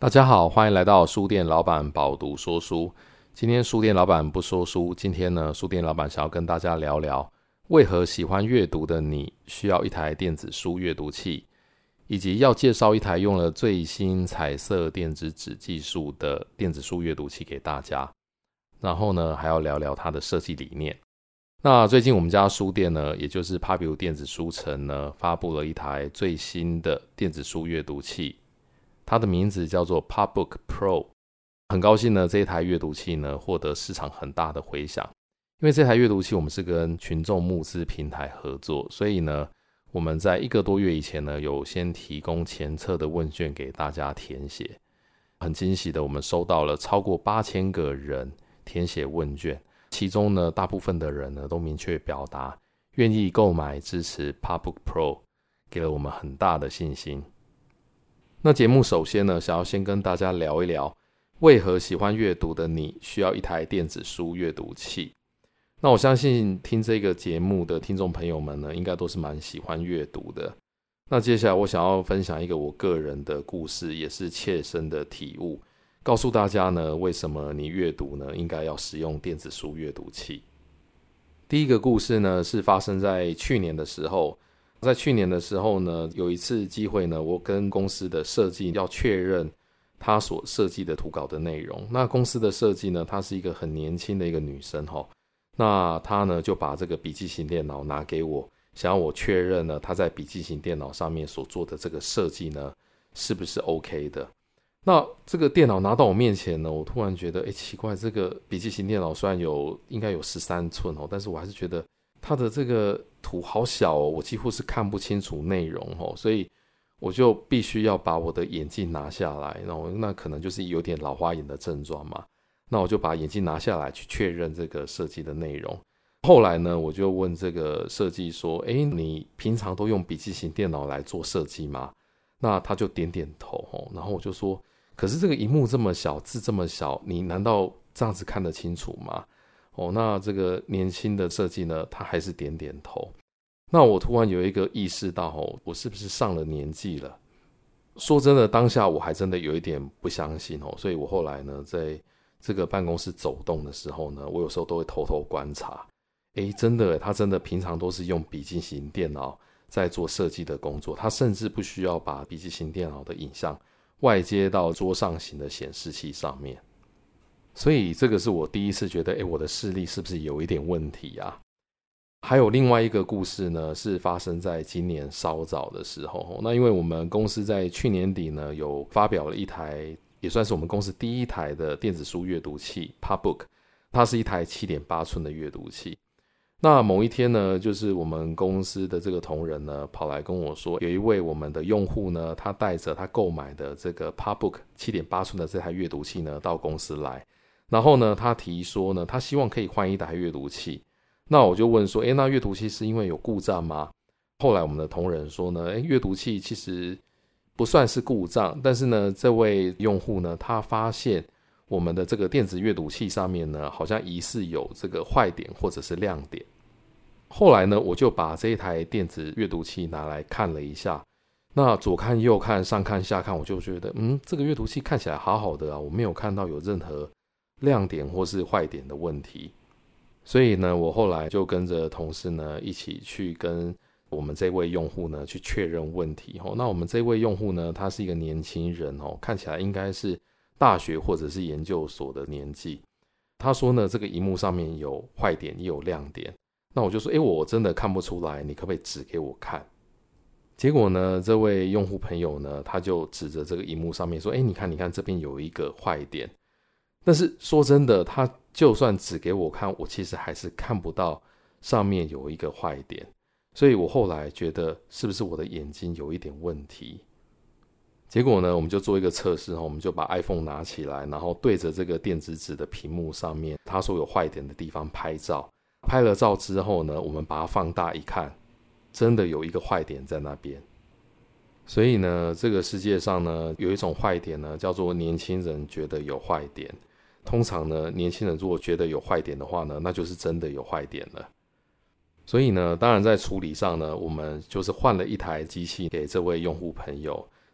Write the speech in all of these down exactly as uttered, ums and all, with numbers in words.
大家好，欢迎来到书店老板饱读说书。今天书店老板不说书，今天呢，书店老板想要跟大家聊聊，为何喜欢阅读的你需要一台电子书阅读器，以及要介绍一台用了最新彩色电子纸技术的电子书阅读器给大家。然后呢，还要聊聊它的设计理念。那最近我们家书店呢，也就是 Pubu 电子书城呢，发布了一台最新的电子书阅读器，它的名字叫做 PubBook Pro。 很高兴呢，这一台阅读器呢获得市场很大的回响。因为这台阅读器我们是跟群众募资平台合作，所以呢我们在一个多月以前呢有先提供前测的问卷给大家填写。很惊喜的，我们收到了超过八千个人填写问卷，其中呢大部分的人呢都明确表达愿意购买支持 PubBook Pro， 给了我们很大的信心。那节目首先呢，想要先跟大家聊一聊，为何喜欢阅读的你需要一台电子书阅读器。那我相信听这个节目的听众朋友们呢，应该都是蛮喜欢阅读的。那接下来我想要分享一个我个人的故事，也是切身的体悟，告诉大家呢，为什么你阅读呢，应该要使用电子书阅读器。第一个故事呢，是发生在去年的时候。在去年的时候呢，有一次机会呢，我跟公司的设计要确认他所设计的图稿的内容。那公司的设计呢，她是一个很年轻的一个女生齁，那她呢就把这个笔记型电脑拿给我，想要我确认呢她在笔记型电脑上面所做的这个设计呢是不是 OK 的。那这个电脑拿到我面前呢，我突然觉得诶奇怪，这个笔记型电脑虽然有应该有十三寸齁，但是我还是觉得它的这个图好小哦，我几乎是看不清楚内容哦，所以我就必须要把我的眼镜拿下来，然后那可能就是有点老花眼的症状嘛，那我就把眼镜拿下来去确认这个设计的内容。后来呢，我就问这个设计说，诶，你平常都用笔记型电脑来做设计吗？那他就点点头哦，然后我就说，可是这个萤幕这么小，字这么小，你难道这样子看得清楚吗？哦，那这个年轻的设计呢，他还是点点头。那我突然有一个意识到，哦，我是不是上了年纪了？说真的，当下我还真的有一点不相信哦，所以我后来呢，在这个办公室走动的时候呢，我有时候都会偷偷观察。诶，真的，他真的平常都是用笔记型电脑在做设计的工作，他甚至不需要把笔记型电脑的影像外接到桌上型的显示器上面。所以这个是我第一次觉得，诶，我的视力是不是有一点问题啊？还有另外一个故事呢，是发生在今年稍早的时候。那因为我们公司在去年底呢，有发表了一台，也算是我们公司第一台的电子书阅读器 PubBook， 它是一台 七点八寸的阅读器。那某一天呢，就是我们公司的这个同仁呢，跑来跟我说，有一位我们的用户呢，他带着他购买的这个 PubBook 七点八寸的这台阅读器呢，到公司来。然后呢，他提说呢，他希望可以换一台阅读器。那我就问说，诶，那阅读器是因为有故障吗？后来我们的同仁说呢，诶，阅读器其实不算是故障，但是呢，这位用户呢，他发现我们的这个电子阅读器上面呢，好像疑似有这个坏点或者是亮点。后来呢，我就把这一台电子阅读器拿来看了一下，那左看右看上看下看，我就觉得嗯，这个阅读器看起来好好的啊，我没有看到有任何亮点或是坏点的问题。所以呢，我后来就跟着同事呢一起去跟我们这位用户呢去确认问题。那我们这位用户呢，他是一个年轻人，看起来应该是大学或者是研究所的年纪。他说呢，这个萤幕上面有坏点也有亮点。那我就说，诶，我真的看不出来，你可不可以指给我看？结果呢，这位用户朋友呢，他就指着这个萤幕上面说，诶，你看你看这边有一个坏点。但是说真的，他就算指给我看，我其实还是看不到上面有一个坏点。所以我后来觉得是不是我的眼睛有一点问题。结果呢，我们就做一个测试，我们就把 iPhone 拿起来，然后对着这个电子纸的屏幕上面它所有坏点的地方拍照。拍了照之后呢，我们把它放大一看，真的有一个坏点在那边。所以呢，这个世界上呢，有一种坏点呢，叫做年轻人觉得有坏点。通常呢，年轻人如果觉得有坏点的话呢，那就是真的有坏点了。所以呢，当然在处理上呢，我们就是换了一台机器给这位用户朋友。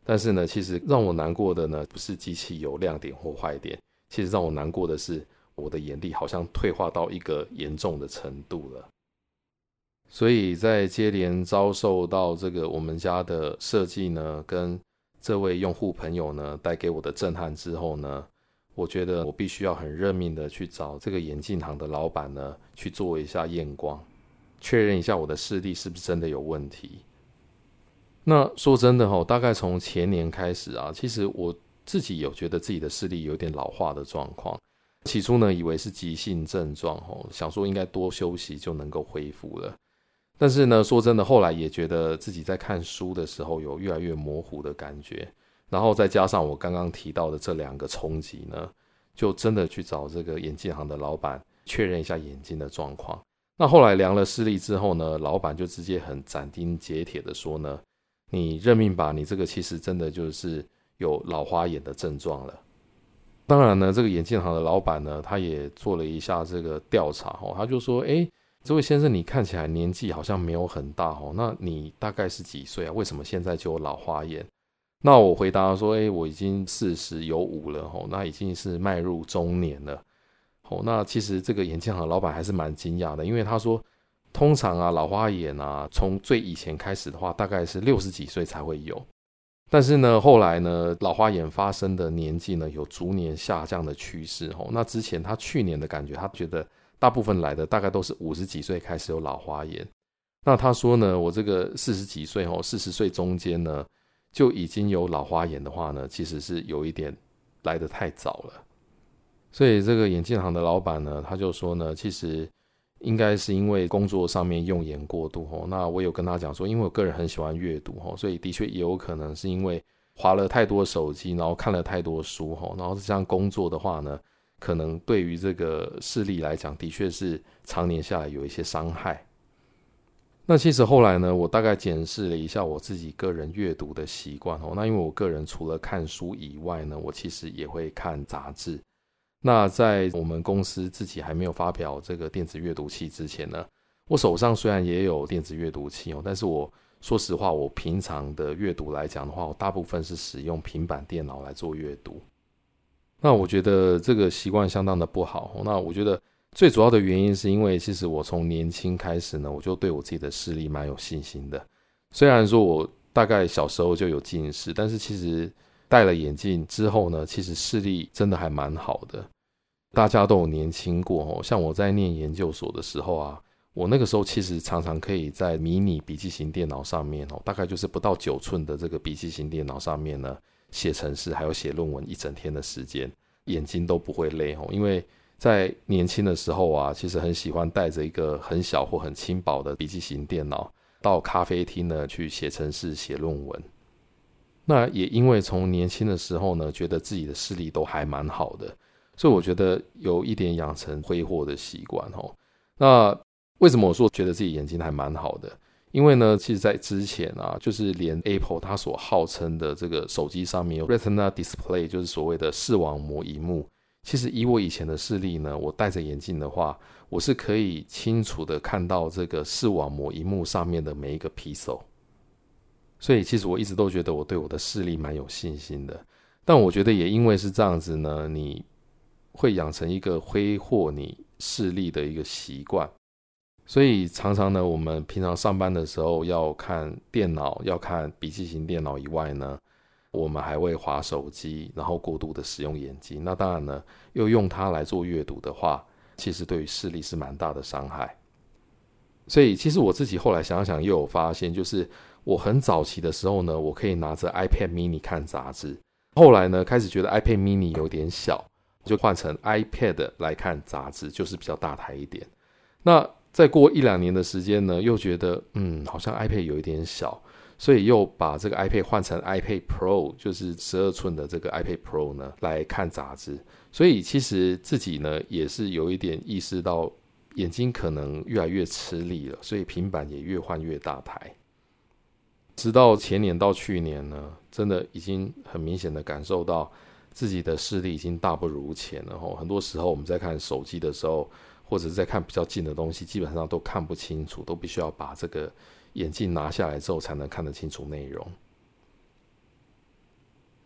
但是呢，其实让我难过的呢，不是机器有亮点或坏点，其实让我难过的是，我的眼力好像退化到一个严重的程度了。所以在接连遭受到这个我们家的设计呢，跟这位用户朋友呢带给我的震撼之后呢，我觉得我必须要很认命的去找这个眼镜行的老板呢去做一下验光，确认一下我的视力是不是真的有问题。那说真的齁，大概从前年开始啊，其实我自己有觉得自己的视力有点老化的状况。起初呢，以为是急性症状齁，想说应该多休息就能够恢复了。但是呢，说真的，后来也觉得自己在看书的时候有越来越模糊的感觉，然后再加上我刚刚提到的这两个冲击呢，就真的去找这个眼镜行的老板确认一下眼睛的状况。那后来量了视力之后呢，老板就直接很斩钉截铁的说呢，你认命吧，你这个其实真的就是有老花眼的症状了。当然呢，这个眼镜行的老板呢，他也做了一下这个调查，他就说，诶，这位先生你看起来年纪好像没有很大，那你大概是几岁啊？为什么现在就有老花眼？那我回答说，诶，我已经四十有五了，那已经是迈入中年了。那其实这个眼镜行的老板还是蛮惊讶的，因为他说通常啊，老花眼啊，从最以前开始的话，大概是六十几岁才会有。但是呢，后来呢，老花眼发生的年纪呢，有逐年下降的趋势。那之前他去年的感觉，他觉得大部分来的大概都是五十几岁开始有老花眼。那他说呢，我这个四十几岁，四十岁中间呢，就已经有老花眼的话呢，其实是有一点来得太早了。所以这个眼镜行的老板呢，他就说呢，其实应该是因为工作上面用眼过度。那我有跟他讲说，因为我个人很喜欢阅读，所以的确也有可能是因为滑了太多手机，然后看了太多书，然后这样工作的话呢，可能对于这个视力来讲，的确是常年下来有一些伤害。那其实后来呢，我大概检视了一下我自己个人阅读的习惯。那因为我个人除了看书以外呢，我其实也会看杂志。那在我们公司自己还没有发表这个电子阅读器之前呢，我手上虽然也有电子阅读器，但是我说实话，我平常的阅读来讲的话，我大部分是使用平板电脑来做阅读。那我觉得这个习惯相当的不好。那我觉得最主要的原因是因为其实我从年轻开始呢，我就对我自己的视力蛮有信心的。虽然说我大概小时候就有近视，但是其实戴了眼镜之后呢，其实视力真的还蛮好的。大家都有年轻过，像我在念研究所的时候啊，我那个时候其实常常可以在迷你笔记型电脑上面，大概就是不到九寸的这个笔记型电脑上面呢，写程式还有写论文一整天的时间，眼睛都不会累。因为在年轻的时候啊，其实很喜欢带着一个很小或很轻薄的笔记型电脑到咖啡厅呢去写程式写论文。那也因为从年轻的时候呢，觉得自己的视力都还蛮好的，所以我觉得有一点养成挥霍的习惯。那为什么我说觉得自己眼睛还蛮好的？因为呢，其实在之前啊，就是连 Apple 它所号称的这个手机上面有 Retina Display， 就是所谓的视网膜萤幕，其实以我以前的视力呢，我戴着眼镜的话，我是可以清楚的看到这个视网膜萤幕上面的每一个 pixel。所以其实我一直都觉得我对我的视力蛮有信心的。但我觉得也因为是这样子呢，你会养成一个挥霍你视力的一个习惯。所以常常呢，我们平常上班的时候要看电脑，要看笔记型电脑以外呢，我们还会滑手机，然后过度的使用眼睛。那当然呢，又用它来做阅读的话，其实对于视力是蛮大的伤害。所以其实我自己后来想想又有发现，就是我很早期的时候呢，我可以拿着 iPad mini 看杂志，后来呢开始觉得 iPad mini 有点小，就换成 iPad 来看杂志，就是比较大台一点。那再过一两年的时间呢，又觉得嗯好像 iPad 有一点小，所以又把这个 iPad 换成 iPad Pro， 就是十二寸的这个 iPad Pro 呢来看杂志。所以其实自己呢也是有一点意识到眼睛可能越来越吃力了，所以平板也越换越大台。直到前年到去年呢，真的已经很明显的感受到自己的视力已经大不如前了。很多时候我们在看手机的时候，或者是在看比较近的东西，基本上都看不清楚，都必须要把这个眼镜拿下来之后才能看得清楚内容。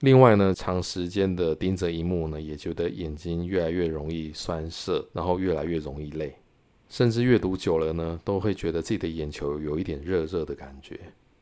另外呢，长时间的盯着萤幕呢，也觉得眼睛越来越容易酸涩，然后越来越容易累，甚至阅读久了呢，都会觉得自己的眼球有一点热热的感觉。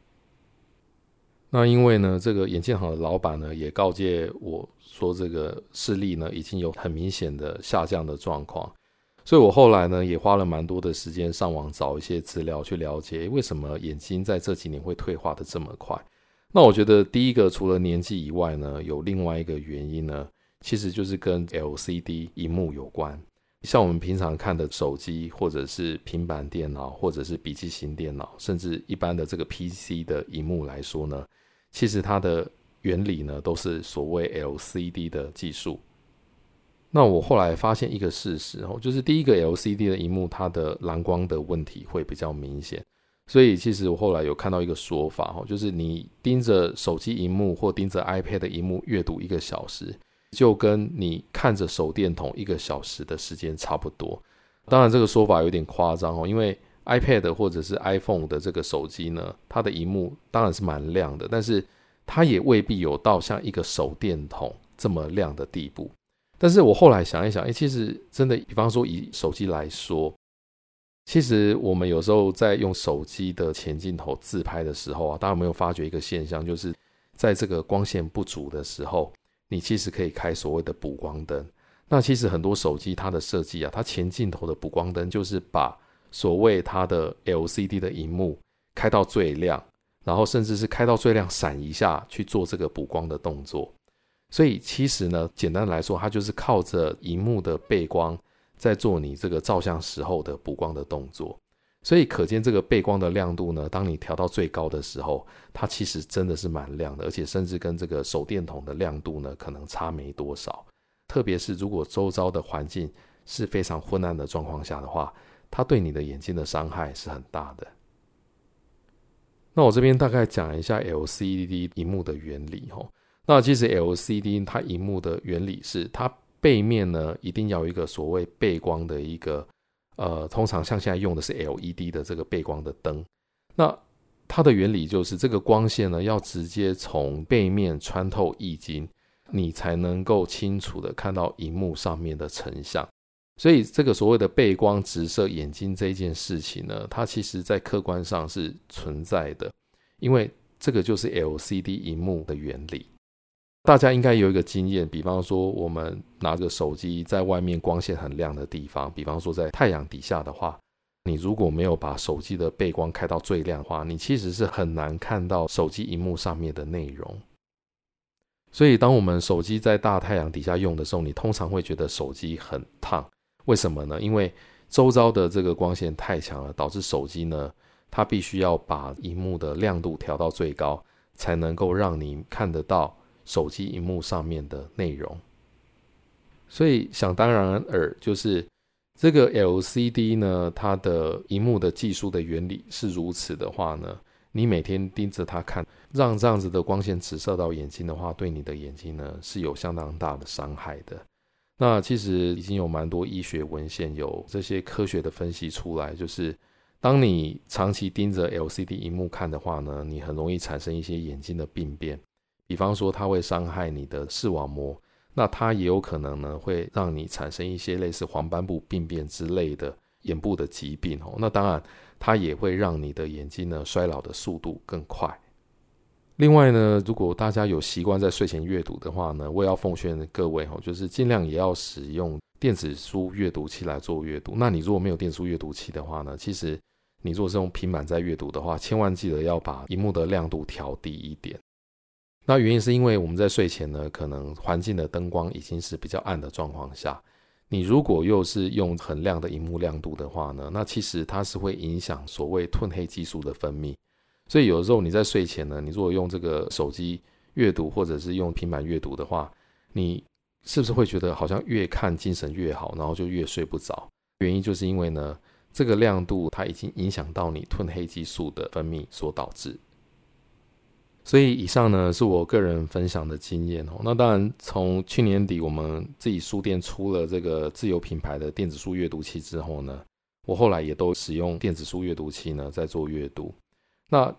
那因为呢，这个眼镜行的老板呢，也告诫我说，这个视力呢已经有很明显的下降的状况，所以我后来呢，也花了蛮多的时间上网找一些资料去了解，为什么眼睛在这几年会退化的这么快。那我觉得第一个除了年纪以外呢，有另外一个原因呢，其实就是跟 L C D 萤幕有关。像我们平常看的手机或者是平板电脑或者是笔记型电脑，甚至一般的这个 P C 的萤幕来说呢，其实它的原理呢都是所谓 L C D 的技术。那我后来发现一个事实，就是第一个 L C D 的萤幕它的蓝光的问题会比较明显，所以其实我后来有看到一个说法，就是你盯着手机萤幕或盯着 iPad 的萤幕阅读一个小时，就跟你看着手电筒一个小时的时间差不多。当然这个说法有点夸张，因为 iPad 或者是 iPhone 的这个手机呢，它的萤幕当然是蛮亮的，但是它也未必有到像一个手电筒这么亮的地步。但是我后来想一想，欸、其实真的比方说以手机来说，其实我们有时候在用手机的前镜头自拍的时候啊，大家有没有发觉一个现象，就是在这个光线不足的时候，你其实可以开所谓的补光灯。那其实很多手机它的设计啊，它前镜头的补光灯就是把所谓它的 L C D 的萤幕开到最亮，然后甚至是开到最亮闪一下去做这个补光的动作。所以其实呢，简单来说，它就是靠着萤幕的背光在做你这个照相时候的补光的动作。所以可见这个背光的亮度呢，当你调到最高的时候，它其实真的是蛮亮的，而且甚至跟这个手电筒的亮度呢可能差没多少。特别是如果周遭的环境是非常昏暗的状况下的话，它对你的眼睛的伤害是很大的。那我这边大概讲一下 L C D 萤幕的原理。那其实 L C D 它萤幕的原理是，它背面呢一定要有一个所谓背光的一个呃，通常像现在用的是 L E D 的这个背光的灯。那它的原理就是这个光线呢要直接从背面穿透液晶，你才能够清楚的看到萤幕上面的成像。所以这个所谓的背光直射眼睛这件事情呢，它其实在客观上是存在的，因为这个就是 L C D 萤幕的原理。大家应该有一个经验，比方说我们拿着手机在外面光线很亮的地方，比方说在太阳底下的话，你如果没有把手机的背光开到最亮的话，你其实是很难看到手机萤幕上面的内容。所以当我们手机在大太阳底下用的时候，你通常会觉得手机很烫。为什么呢？因为周遭的这个光线太强了，导致手机呢它必须要把萤幕的亮度调到最高，才能够让你看得到手机萤幕上面的内容。所以想当然尔，就是这个 L C D 呢，它的萤幕的技术的原理是如此的话呢，你每天盯着它看，让这样子的光线直射到眼睛的话，对你的眼睛呢是有相当大的伤害的。那其实已经有蛮多医学文献有这些科学的分析出来，就是当你长期盯着 L C D 萤幕看的话呢，你很容易产生一些眼睛的病变。比方说它会伤害你的视网膜，那它也有可能呢会让你产生一些类似黄斑部病变之类的眼部的疾病。那当然它也会让你的眼睛呢衰老的速度更快。另外呢，如果大家有习惯在睡前阅读的话呢，我也要奉劝各位，就是尽量也要使用电子书阅读器来做阅读。那你如果没有电子书阅读器的话呢，其实你如果是用平板在阅读的话，千万记得要把萤幕的亮度调低一点。那原因是因为我们在睡前呢，可能环境的灯光已经是比较暗的状况下，你如果又是用很亮的萤幕亮度的话呢，那其实它是会影响所谓褪黑激素的分泌。所以有时候你在睡前呢，你如果用这个手机阅读或者是用平板阅读的话，你是不是会觉得好像越看精神越好，然后就越睡不着？原因就是因为呢，这个亮度它已经影响到你褪黑激素的分泌所导致。所以以上呢是我个人分享的经验。那当然从去年底我们自己书店出了这个自有品牌的电子书阅读器之后呢，我后来也都使用电子书阅读器呢在做阅读。那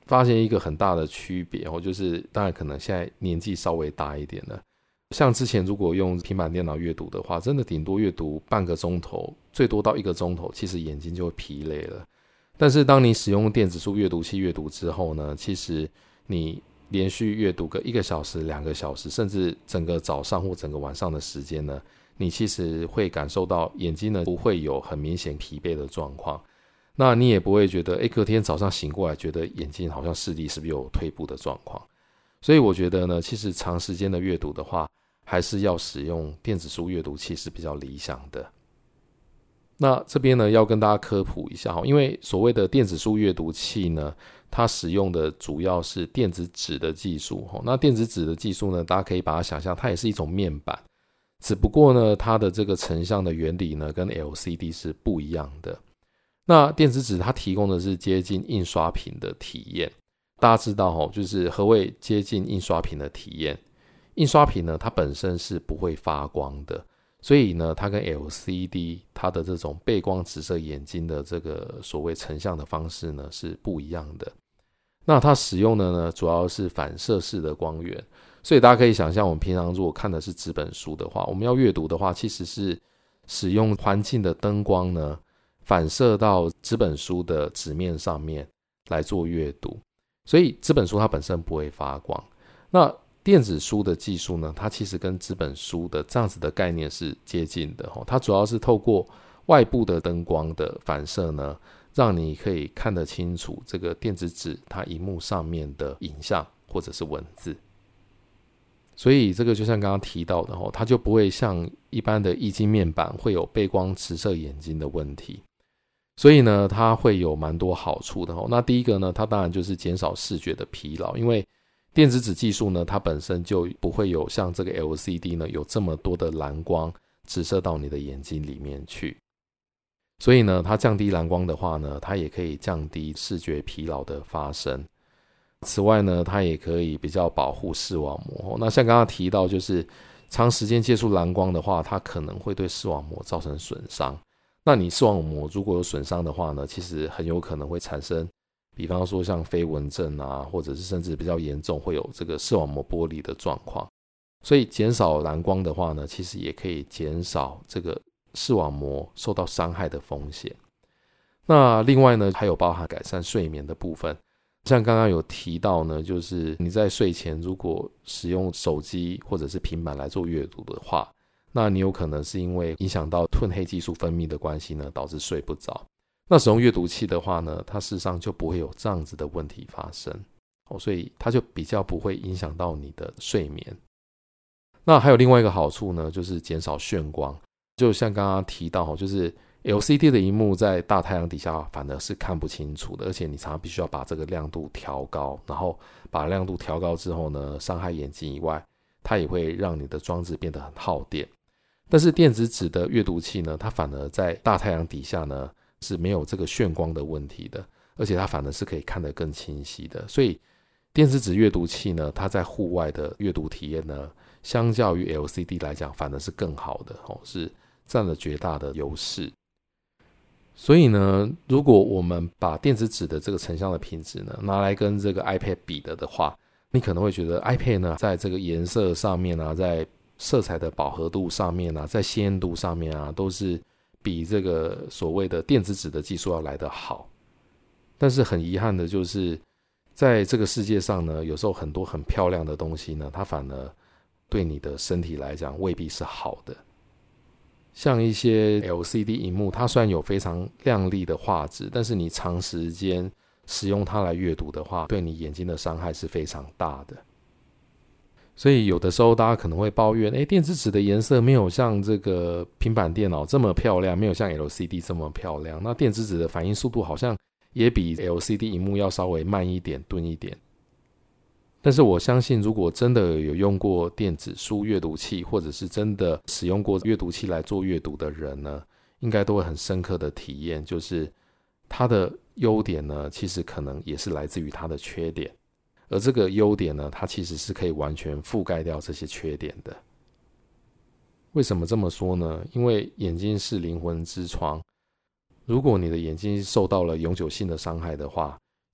发现一个很大的区别，就是当然可能现在年纪稍微大一点了，像之前如果用平板电脑阅读的话，真的顶多阅读半个钟头，最多到一个钟头，其实眼睛就会疲累了。但是当你使用电子书阅读器阅读之后呢，其实你连续阅读个一个小时、两个小时，甚至整个早上或整个晚上的时间呢，你其实会感受到眼睛呢不会有很明显疲惫的状况。那你也不会觉得，诶，隔天早上醒过来，觉得眼睛好像视力是不是有退步的状况。所以我觉得呢，其实长时间的阅读的话，还是要使用电子书阅读器是比较理想的。那这边呢，要跟大家科普一下，因为所谓的电子书阅读器呢，它使用的主要是电子纸的技术。那电子纸的技术呢，大家可以把它想象，它也是一种面板，只不过呢，它的这个成像的原理呢，跟 L C D 是不一样的。那电子纸它提供的是接近印刷品的体验。大家知道，就是何谓接近印刷品的体验？印刷品呢，它本身是不会发光的，所以呢，它跟 L C D 它的这种背光直射眼睛的这个所谓成像的方式呢是不一样的。那它使用的呢主要是反射式的光源，所以大家可以想象，我们平常如果看的是纸本书的话，我们要阅读的话，其实是使用环境的灯光呢反射到纸本书的纸面上面来做阅读，所以纸本书它本身不会发光。那电子书的技术呢，它其实跟纸本书的这样子的概念是接近的，它主要是透过外部的灯光的反射呢，让你可以看得清楚这个电子纸它萤幕上面的影像或者是文字。所以这个就像刚刚提到的，它就不会像一般的液晶面板会有背光直射眼睛的问题。所以呢，它会有蛮多好处的。那第一个呢，它当然就是减少视觉的疲劳，因为电子纸技术呢，它本身就不会有像这个 L C D 呢有这么多的蓝光直射到你的眼睛里面去。所以呢，它降低蓝光的话呢，它也可以降低视觉疲劳的发生。此外呢，它也可以比较保护视网膜。那像刚刚提到，就是长时间接触蓝光的话，它可能会对视网膜造成损伤。那你视网膜如果有损伤的话呢，其实很有可能会产生，比方说像飞蚊症啊，或者是甚至比较严重会有这个视网膜剥离的状况。所以减少蓝光的话呢，其实也可以减少这个视网膜受到伤害的风险。那另外呢，还有包含改善睡眠的部分。像刚刚有提到呢，就是你在睡前如果使用手机或者是平板来做阅读的话，那你有可能是因为影响到褪黑激素分泌的关系呢，导致睡不着。那使用阅读器的话呢，它事实上就不会有这样子的问题发生，哦，所以它就比较不会影响到你的睡眠。那还有另外一个好处呢，就是减少眩光。就像刚刚提到，就是 L C D 的萤幕在大太阳底下反而是看不清楚的，而且你常常必须要把这个亮度调高，然后把亮度调高之后呢，伤害眼睛以外，它也会让你的装置变得很耗电。但是电子纸的阅读器呢，它反而在大太阳底下呢是没有这个眩光的问题的，而且它反而是可以看得更清晰的。所以电子纸阅读器呢，它在户外的阅读体验呢，相较于 L C D 来讲反而是更好的，是占了绝大的优势。所以呢，如果我们把电子纸的这个成像的品质呢拿来跟这个 iPad 比的的话，你可能会觉得 iPad 呢在这个颜色上面啊，在色彩的饱和度上面啊，在鲜艳度上面啊，都是比这个所谓的电子纸的技术要来得好。但是很遗憾的就是，在这个世界上呢，有时候很多很漂亮的东西呢，它反而对你的身体来讲未必是好的。像一些 L C D 萤幕，它虽然有非常亮丽的画质，但是你长时间使用它来阅读的话，对你眼睛的伤害是非常大的。所以有的时候大家可能会抱怨，诶，电子纸的颜色没有像这个平板电脑这么漂亮，没有像 L C D 这么漂亮，那电子纸的反应速度好像也比 L C D 萤幕要稍微慢一点，钝一点。但是我相信，如果真的有用过电子书阅读器，或者是真的使用过阅读器来做阅读的人呢，应该都会很深刻的体验，就是它的优点呢，其实可能也是来自于它的缺点。而这个优点呢，它其实是可以完全覆盖掉这些缺点的。为什么这么说呢？因为眼睛是灵魂之窗，如果你的眼睛受到了永久性的伤害的话，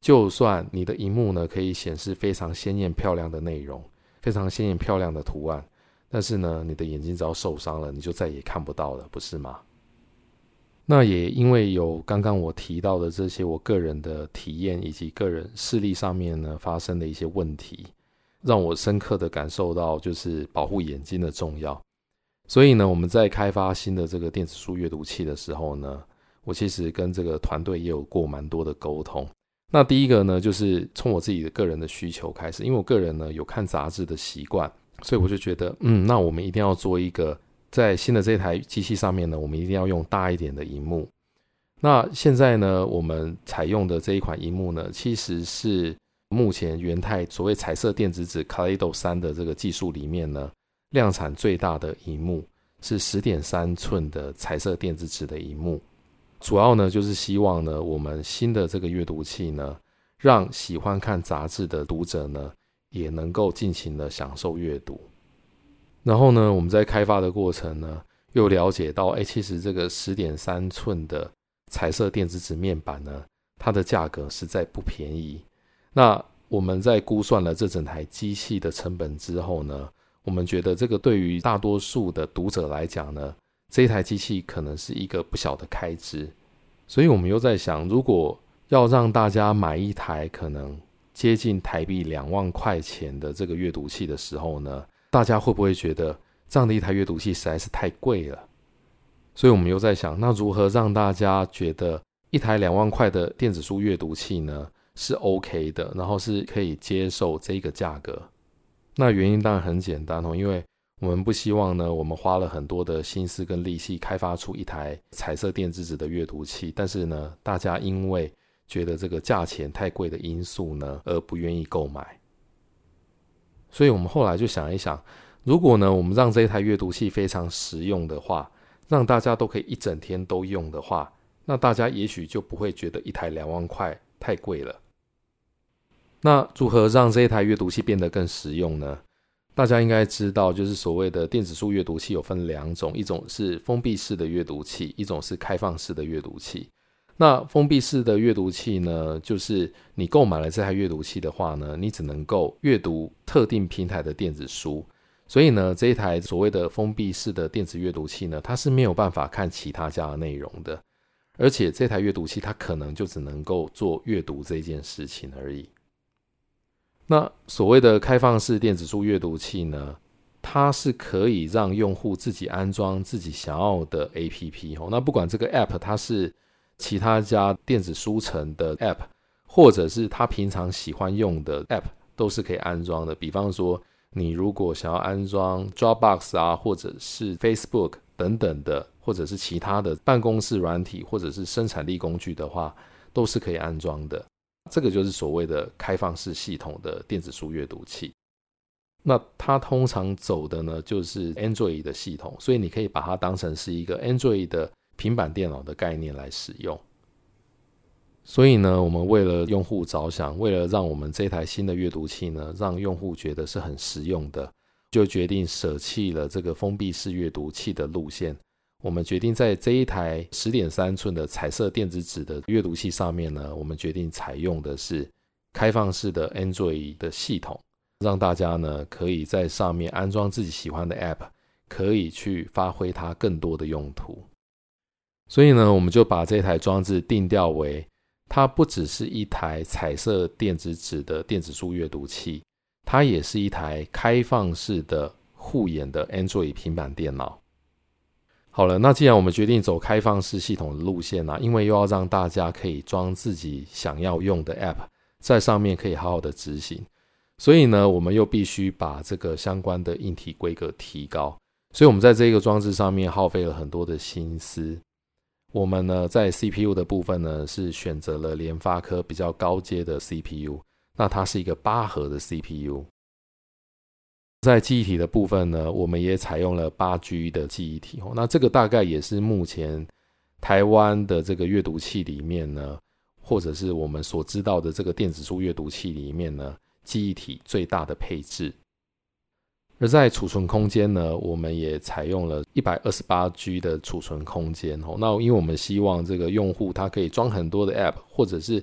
就算你的萤幕呢可以显示非常鲜艳漂亮的内容，非常鲜艳漂亮的图案，但是呢你的眼睛只要受伤了，你就再也看不到了，不是吗？那也因为有刚刚我提到的这些我个人的体验以及个人视力上面呢发生的一些问题，让我深刻的感受到就是保护眼睛的重要。所以呢我们在开发新的这个电子书阅读器的时候呢，我其实跟这个团队也有过蛮多的沟通。那第一个呢就是从我自己的个人的需求开始，因为我个人呢有看杂志的习惯，所以我就觉得嗯，那我们一定要做一个在新的这台机器上面呢，我们一定要用大一点的萤幕。那现在呢我们采用的这一款萤幕呢，其实是目前元太所谓彩色电子纸 Kaleido 三的这个技术里面呢量产最大的萤幕，是 十点三寸的彩色电子纸的萤幕。主要呢就是希望呢我们新的这个阅读器呢，让喜欢看杂志的读者呢也能够尽情的享受阅读。然后呢我们在开发的过程呢又了解到诶其实这个 十点三寸的彩色电子纸面板呢，它的价格实在不便宜。那我们在估算了这整台机器的成本之后呢，我们觉得这个对于大多数的读者来讲呢，这一台机器可能是一个不小的开支。所以我们又在想，如果要让大家买一台可能接近台币两万块钱的这个阅读器的时候呢，大家会不会觉得这样的一台阅读器实在是太贵了？所以我们又在想，那如何让大家觉得一台两万块的电子书阅读器呢是 OK 的，然后是可以接受这个价格？那原因当然很简单哦，因为我们不希望呢我们花了很多的心思跟力气开发出一台彩色电子纸的阅读器，但是呢大家因为觉得这个价钱太贵的因素呢而不愿意购买。所以我们后来就想一想，如果呢我们让这一台阅读器非常实用的话，让大家都可以一整天都用的话，那大家也许就不会觉得一台两万块太贵了。那如何让这一台阅读器变得更实用呢？大家应该知道，就是所谓的电子书阅读器有分两种，一种是封闭式的阅读器，一种是开放式的阅读器。那封闭式的阅读器呢，就是你购买了这台阅读器的话呢，你只能够阅读特定平台的电子书，所以呢这一台所谓的封闭式的电子阅读器呢，它是没有办法看其他家的内容的，而且这台阅读器它可能就只能够做阅读这件事情而已。那所谓的开放式电子书阅读器呢，它是可以让用户自己安装自己想要的 A P P。 那不管这个 App 它是其他家电子书城的 App， 或者是他平常喜欢用的 App， 都是可以安装的。比方说你如果想要安装 Dropbox 啊，或者是 Facebook 等等的，或者是其他的办公室软体或者是生产力工具的话，都是可以安装的。这个就是所谓的开放式系统的电子书阅读器。那它通常走的呢就是 Android 的系统，所以你可以把它当成是一个 Android 的平板电脑的概念来使用。所以呢我们为了用户着想，为了让我们这台新的阅读器呢让用户觉得是很实用的，就决定舍弃了这个封闭式阅读器的路线。我们决定在这一台 十点三寸的彩色电子纸的阅读器上面呢，我们决定采用的是开放式的 Android 的系统，让大家呢可以在上面安装自己喜欢的 App， 可以去发挥它更多的用途。所以呢我们就把这台装置定调为，它不只是一台彩色电子纸的电子书阅读器，它也是一台开放式的护眼的 Android 平板电脑。好了，那既然我们决定走开放式系统的路线啊，因为又要让大家可以装自己想要用的 App， 在上面可以好好的执行，所以呢我们又必须把这个相关的硬体规格提高。所以我们在这个装置上面耗费了很多的心思。我们呢在 C P U 的部分呢是选择了联发科比较高阶的 C P U， 那它是一个八核的 C P U。在记忆体的部分呢，我们也采用了 八 G 的记忆体。那这个大概也是目前台湾的这个阅读器里面呢，或者是我们所知道的这个电子书阅读器里面呢，记忆体最大的配置。而在储存空间呢，我们也采用了 一百二十八 G 的储存空间。那因为我们希望这个用户他可以装很多的 App， 或者是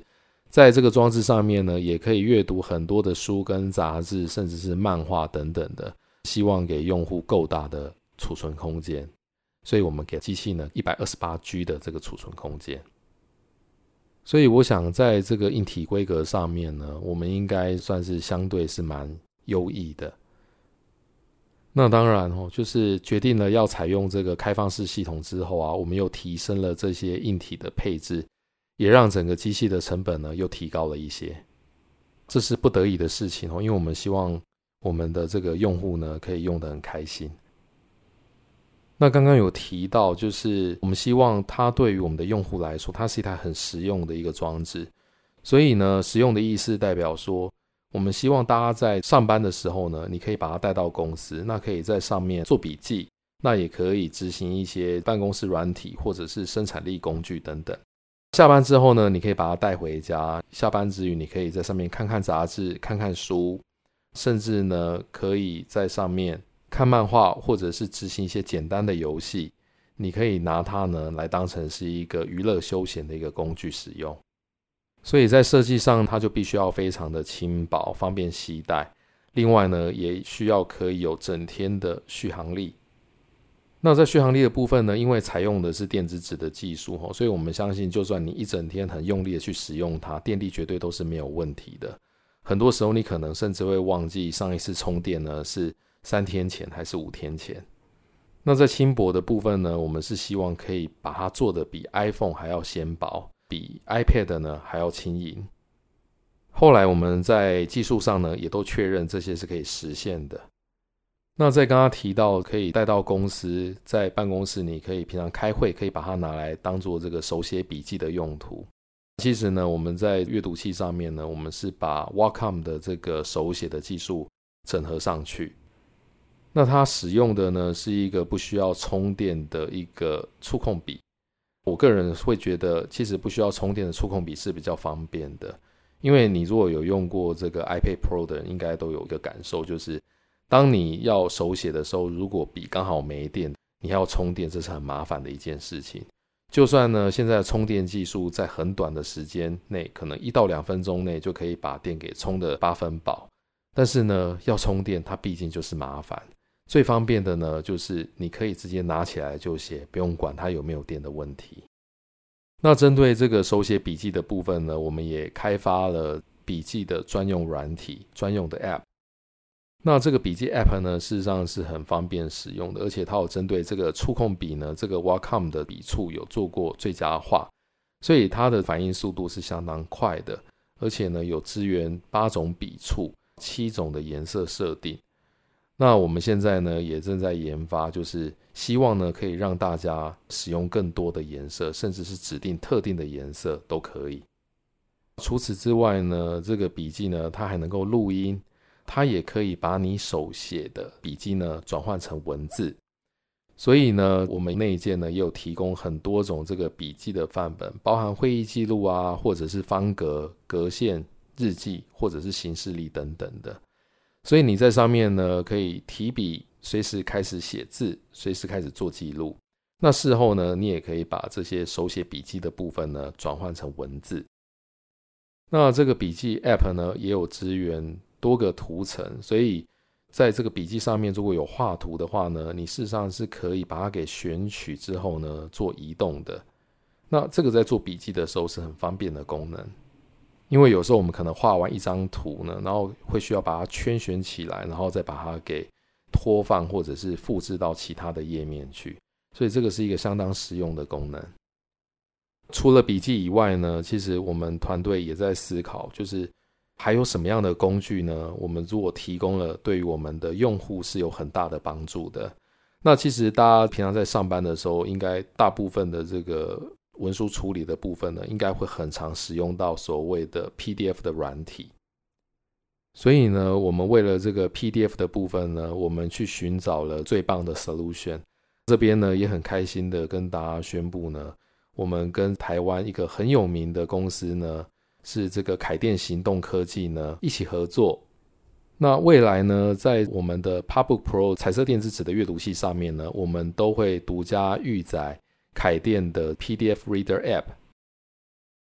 在这个装置上面呢，也可以阅读很多的书跟杂志，甚至是漫画等等的，希望给用户够大的储存空间。所以我们给机器呢 一百二十八 G 的这个储存空间。所以我想在这个硬体规格上面呢，我们应该算是相对是蛮优异的。那当然哦，就是决定了要采用这个开放式系统之后啊，我们又提升了这些硬体的配置，也让整个机器的成本呢又提高了一些。这是不得已的事情哦，因为我们希望我们的这个用户呢可以用得很开心。那刚刚有提到，就是我们希望它对于我们的用户来说，它是一台很实用的一个装置。所以呢，实用的意思代表说，我们希望大家在上班的时候呢，你可以把它带到公司，那可以在上面做笔记，那也可以执行一些办公室软体或者是生产力工具等等。下班之后呢，你可以把它带回家，下班之余你可以在上面看看杂志，看看书，甚至呢可以在上面看漫画，或者是执行一些简单的游戏。你可以拿它呢来当成是一个娱乐休闲的一个工具使用。所以在设计上它就必须要非常的轻薄，方便携带，另外呢也需要可以有整天的续航力。那在续航力的部分呢，因为采用的是电子纸的技术，所以我们相信就算你一整天很用力的去使用它，电力绝对都是没有问题的。很多时候你可能甚至会忘记上一次充电呢是三天前还是五天前。那在轻薄的部分呢，我们是希望可以把它做得比 iPhone 还要纤薄，比 iPad 呢还要轻盈。后来我们在技术上呢也都确认这些是可以实现的。那在刚刚提到可以带到公司，在办公室你可以平常开会可以把它拿来当做这个手写笔记的用途。其实呢，我们在阅读器上面呢，我们是把 Wacom 的这个手写的技术整合上去。那它使用的呢是一个不需要充电的一个触控笔。我个人会觉得其实不需要充电的触控笔是比较方便的，因为你如果有用过这个 iPad Pro 的人应该都有一个感受，就是当你要手写的时候，如果笔刚好没电，你还要充电，这是很麻烦的一件事情。就算呢现在的充电技术在很短的时间内，可能一到两分钟内就可以把电给充得八分饱，但是呢要充电它毕竟就是麻烦。最方便的呢就是你可以直接拿起来就写，不用管它有没有电的问题。那针对这个手写笔记的部分呢，我们也开发了笔记的专用软体，专用的 App。 那这个笔记 App 呢事实上是很方便使用的，而且它有针对这个触控笔呢，这个 Wacom 的笔触有做过最佳化，所以它的反应速度是相当快的，而且呢有支援八种笔触，七种的颜色设定。那我们现在呢也正在研发，就是希望呢可以让大家使用更多的颜色，甚至是指定特定的颜色都可以。除此之外呢，这个笔记呢它还能够录音，它也可以把你手写的笔记呢转换成文字。所以呢我们内建呢也有提供很多种这个笔记的范本，包含会议记录啊，或者是方格、格线、日记，或者是行事历等等的。所以你在上面呢可以提笔，随时开始写字，随时开始做记录。那事后呢你也可以把这些手写笔记的部分呢转换成文字。那这个笔记 App 呢也有支援多个图层，所以在这个笔记上面如果有画图的话呢，你事实上是可以把它给选取之后呢做移动的。那这个在做笔记的时候是很方便的功能，因为有时候我们可能画完一张图呢，然后会需要把它圈选起来，然后再把它给拖放或者是复制到其他的页面去，所以这个是一个相当实用的功能。除了笔记以外呢，其实我们团队也在思考，就是还有什么样的工具呢，我们如果提供了对于我们的用户是有很大的帮助的。那其实大家平常在上班的时候，应该大部分的这个文书处理的部分呢，应该会很常使用到所谓的 P D F 的软体。所以呢我们为了这个 P D F 的部分呢，我们去寻找了最棒的 solution。 这边呢也很开心的跟大家宣布呢，我们跟台湾一个很有名的公司呢，是这个凯电行动科技呢一起合作。那未来呢在我们的 PowerBook Pro 彩色电子纸的阅读器上面呢，我们都会独家预载凯电的 P D F Reader App。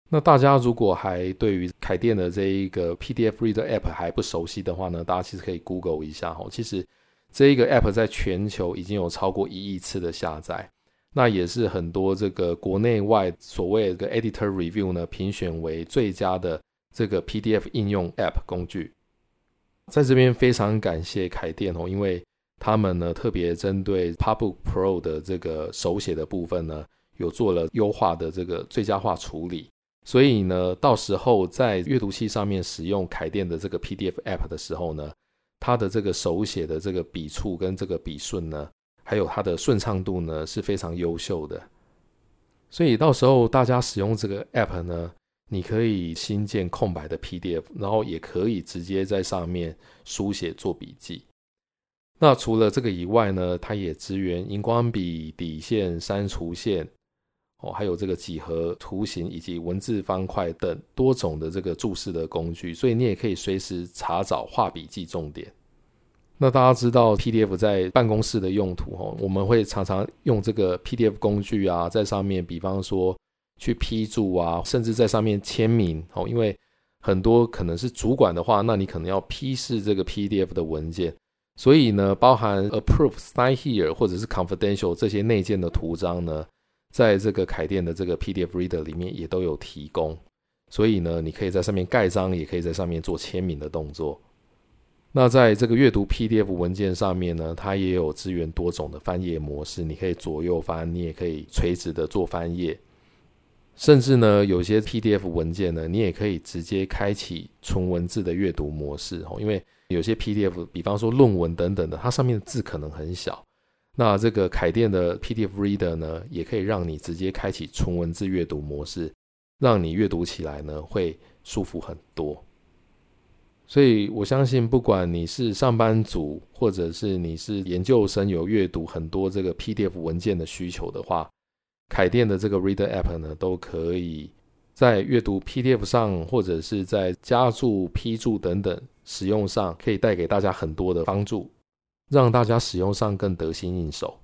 那大家如果还对于凯电的这一个 P D F Reader App 还不熟悉的话呢，大家其实可以 Google 一下。其实这一个 App 在全球已经有超过一亿次的下载，那也是很多这个国内外所谓的 Editor Review 呢评选为最佳的这个 P D F 应用 App 工具。在这边非常感谢凯电，因为他们呢特别针对 PubBook Pro 的这个手写的部分呢有做了优化的这个最佳化处理，所以呢到时候在阅读器上面使用凯电的这个 P D F App 的时候呢，它的这个手写的这个笔触跟这个笔顺呢还有它的顺畅度呢是非常优秀的。所以到时候大家使用这个 App 呢，你可以新建空白的 P D F， 然后也可以直接在上面书写做笔记。那除了这个以外呢，它也支援荧光笔、底线、删除线、哦、还有这个几何图形以及文字方块等多种的这个注释的工具，所以你也可以随时查找画笔记重点。那大家知道 P D F 在办公室的用途、哦、我们会常常用这个 P D F 工具啊，在上面比方说去批注啊，甚至在上面签名、哦、因为很多可能是主管的话，那你可能要批示这个 P D F 的文件，所以呢包含 approve, sign here 或者是 confidential 这些内建的图章呢，在这个凯电的这个 P D F Reader 里面也都有提供，所以呢你可以在上面盖章，也可以在上面做签名的动作。那在这个阅读 P D F 文件上面呢，它也有支援多种的翻页模式，你可以左右翻，你也可以垂直的做翻页，甚至呢有些 P D F 文件呢，你也可以直接开启纯文字的阅读模式，因为有些 P D F 比方说论文等等的，它上面的字可能很小，那这个凯电的 P D F Reader 呢，也可以让你直接开启纯文字阅读模式，让你阅读起来呢会舒服很多。所以我相信不管你是上班族或者是你是研究生，有阅读很多这个 P D F 文件的需求的话，凯电的这个 Reader App 呢都可以在阅读 P D F 上或者是在加注、批注等等使用上可以带给大家很多的帮助，让大家使用上更得心应手。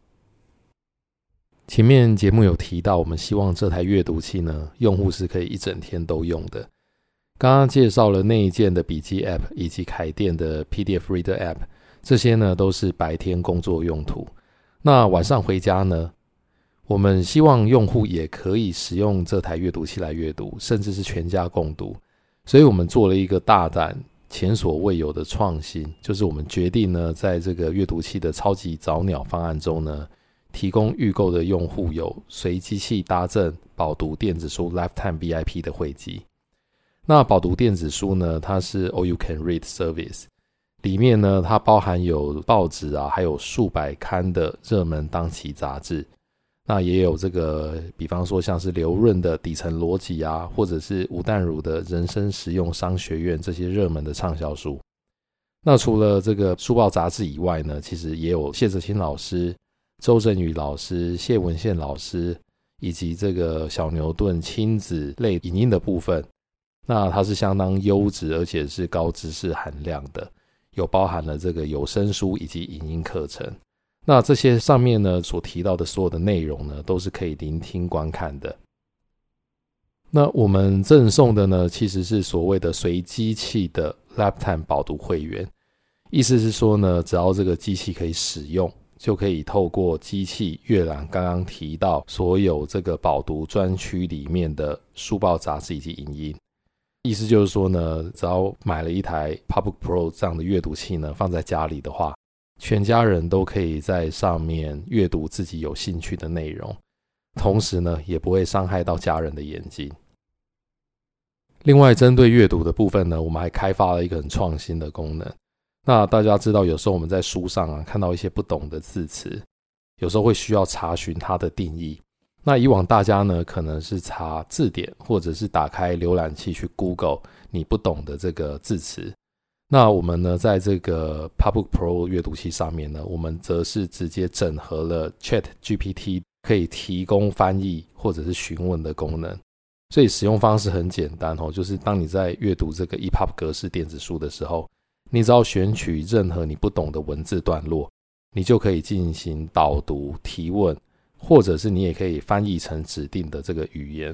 前面节目有提到，我们希望这台阅读器呢用户是可以一整天都用的。刚刚介绍了内建的笔记 App 以及凯电的 P D F Reader App， 这些呢都是白天工作用途。那晚上回家呢，我们希望用户也可以使用这台阅读器来阅读，甚至是全家共读。所以我们做了一个大胆前所未有的创新，就是我们决定呢在这个阅读器的超级早鸟方案中呢，提供预购的用户有随机器搭赠饱读电子书 Lifetime V I P 的会籍。那饱读电子书呢，它是 All You Can Read Service， 里面呢它包含有报纸啊，还有数百刊的热门当期杂志，那也有这个比方说像是刘润的底层逻辑啊，或者是吴淡如的人生实用商学院，这些热门的畅销书。那除了这个书报杂志以外呢，其实也有谢哲青老师、周振宇老师、谢文宪老师，以及这个小牛顿亲子类影音的部分。那它是相当优质而且是高知识含量的，有包含了这个有声书以及影音课程。那这些上面呢所提到的所有的内容呢，都是可以聆听观看的。那我们赠送的呢，其实是所谓的随机器的 Lifetime 饱读会员，意思是说呢，只要这个机器可以使用，就可以透过机器阅览刚刚提到所有这个饱读专区里面的书报杂志以及影音。意思就是说呢，只要买了一台 PubBook Pro 这样的阅读器呢，放在家里的话，全家人都可以在上面阅读自己有兴趣的内容，同时呢，也不会伤害到家人的眼睛。另外，针对阅读的部分呢，我们还开发了一个很创新的功能。那大家知道，有时候我们在书上啊看到一些不懂的字词，有时候会需要查询它的定义。那以往大家呢可能是查字典，或者是打开浏览器去 Google 你不懂的这个字词。那我们呢在这个 PubBook Pro 阅读器上面呢，我们则是直接整合了 Chat G P T 可以提供翻译或者是询问的功能。所以使用方式很简单哦，就是当你在阅读这个 E P U B 格式电子书的时候，你只要选取任何你不懂的文字段落，你就可以进行导读、提问，或者是你也可以翻译成指定的这个语言，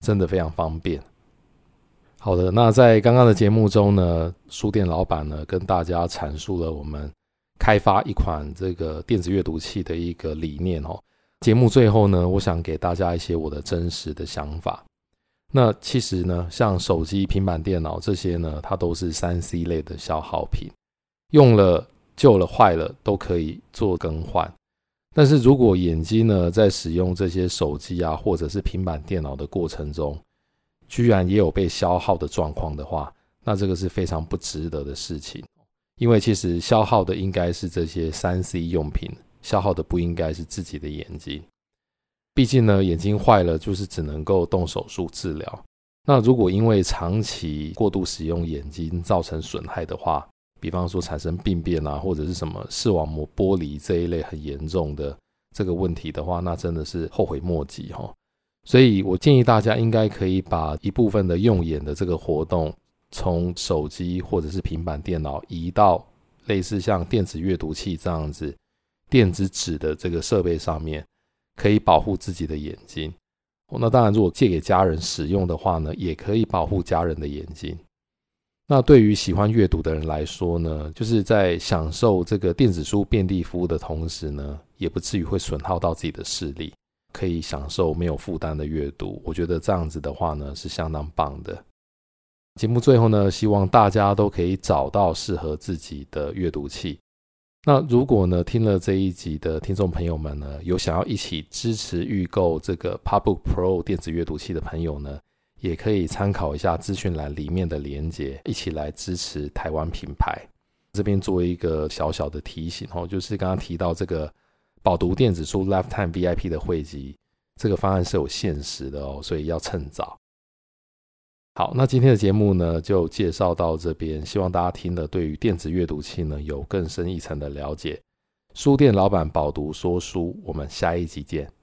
真的非常方便。好的，那在刚刚的节目中呢，书店老板呢跟大家阐述了我们开发一款这个电子阅读器的一个理念哦。节目最后呢，我想给大家一些我的真实的想法。那其实呢，像手机、平板电脑这些呢，它都是 三 C 类的消耗品，用了、旧了、坏了都可以做更换。但是如果眼睛呢，在使用这些手机啊，或者是平板电脑的过程中，居然也有被消耗的状况的话，那这个是非常不值得的事情。因为其实消耗的应该是这些 三 C 用品，消耗的不应该是自己的眼睛。毕竟呢，眼睛坏了就是只能够动手术治疗。那如果因为长期过度使用眼睛造成损害的话，比方说产生病变啊，或者是什么视网膜剥离这一类很严重的这个问题的话，那真的是后悔莫及齁。所以我建议大家应该可以把一部分的用眼的这个活动从手机或者是平板电脑移到类似像电子阅读器这样子电子纸的这个设备上面，可以保护自己的眼睛。那当然如果借给家人使用的话呢，也可以保护家人的眼睛。那对于喜欢阅读的人来说呢，就是在享受这个电子书便利服务的同时呢，也不至于会损耗到自己的视力，可以享受没有负担的阅读。我觉得这样子的话呢，是相当棒的。节目最后呢，希望大家都可以找到适合自己的阅读器。那如果呢，听了这一集的听众朋友们呢，有想要一起支持预购这个 PopBook Pro 电子阅读器的朋友呢，也可以参考一下资讯栏里面的连结，一起来支持台湾品牌。这边做一个小小的提醒哦，就是刚刚提到这个饱读电子书 Lifetime V I P 的会籍，这个方案是有限时的哦，所以要趁早。好，那今天的节目呢，就介绍到这边，希望大家听了对于电子阅读器呢有更深一层的了解。书店老板饱读说书，我们下一集见。